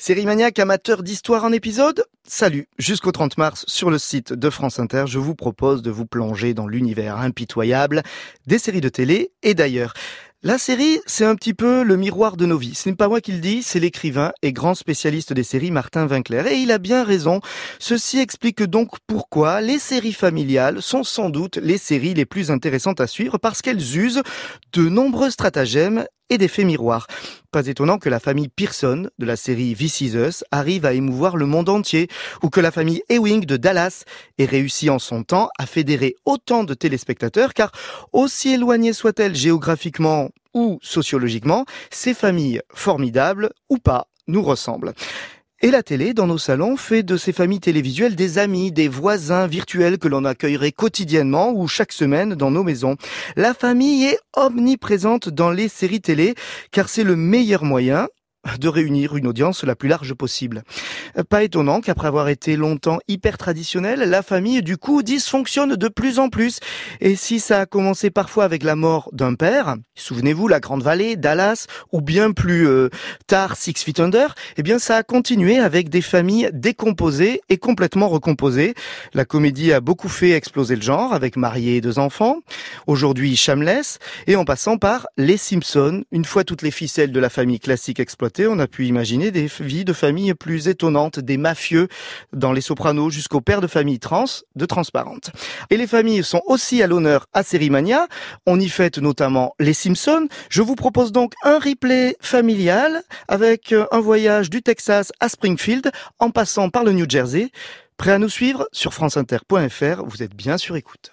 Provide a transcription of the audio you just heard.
Série maniaque amateur d'histoire en épisode? Salut! Jusqu'au 30 mars, sur le site de France Inter, je vous propose de vous plonger dans l'univers impitoyable des séries de télé et d'ailleurs. La série, c'est un petit peu le miroir de nos vies. Ce n'est pas moi qui le dis, c'est l'écrivain et grand spécialiste des séries Martin Winkler. Et il a bien raison. Ceci explique donc pourquoi les séries familiales sont sans doute les séries les plus intéressantes à suivre parce qu'elles usent de nombreux stratagèmes et d'effets miroirs. Pas étonnant que la famille Pearson de la série This Is Us arrive à émouvoir le monde entier, ou que la famille Ewing de Dallas ait réussi en son temps à fédérer autant de téléspectateurs, car aussi éloignées soient-elles géographiquement ou sociologiquement, ces familles, formidables ou pas, nous ressemblent. Et la télé, dans nos salons, fait de ces familles télévisuelles des amis, des voisins virtuels que l'on accueillerait quotidiennement ou chaque semaine dans nos maisons. La famille est omniprésente dans les séries télé, car c'est le meilleur moyen de réunir une audience la plus large possible. Pas étonnant qu'après avoir été longtemps hyper traditionnelle, la famille du coup dysfonctionne de plus en plus. Et si ça a commencé parfois avec la mort d'un père, souvenez-vous la Grande Vallée, Dallas, ou bien plus tard Six Feet Under, eh bien ça a continué avec des familles décomposées et complètement recomposées. La comédie a beaucoup fait exploser le genre avec Marié et 2 enfants, aujourd'hui Shameless, et en passant par Les Simpsons. Une fois toutes les ficelles de la famille classique exploitées, on a pu imaginer des vies de famille plus étonnantes, des mafieux dans Les Sopranos jusqu'au père de famille trans de Transparente. Et les familles sont aussi à l'honneur à Série Mania. On y fête notamment Les Simpsons. Je vous propose donc un replay familial avec un voyage du Texas à Springfield en passant par le New Jersey. Prêt à nous suivre sur franceinter.fr, vous êtes bien sur écoute.